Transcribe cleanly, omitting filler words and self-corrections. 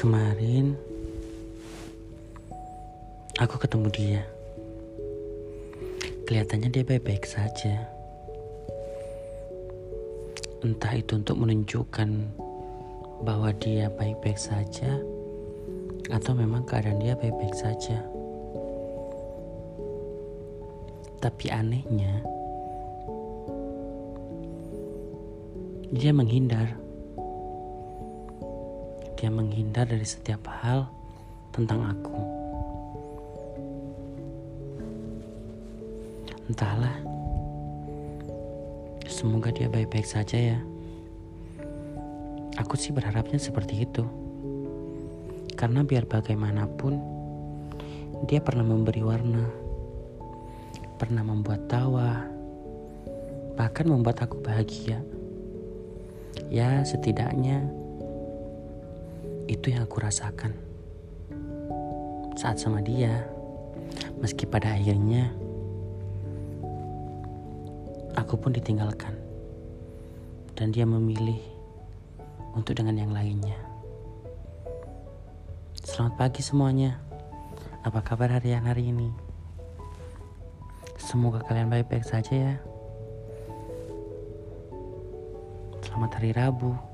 Kemarin aku ketemu dia. Kelihatannya dia baik-baik saja. Entah itu untuk menunjukkan bahwa dia baik-baik saja, atau memang keadaan dia baik-baik saja. Tapi anehnya, dia menghindar. Dia menghindar dari setiap hal tentang aku. Entahlah. Semoga dia baik-baik saja ya. Aku sih berharapnya seperti itu. Karena biar bagaimanapun, dia pernah memberi warna, pernah membuat tawa, bahkan membuat aku bahagia. Ya, setidaknya itu yang aku rasakan saat sama dia. Meski pada akhirnya aku pun ditinggalkan dan dia memilih untuk dengan yang lainnya. Selamat pagi semuanya. Apa kabar hari ini? Semoga kalian baik-baik saja ya. Selamat hari Rabu.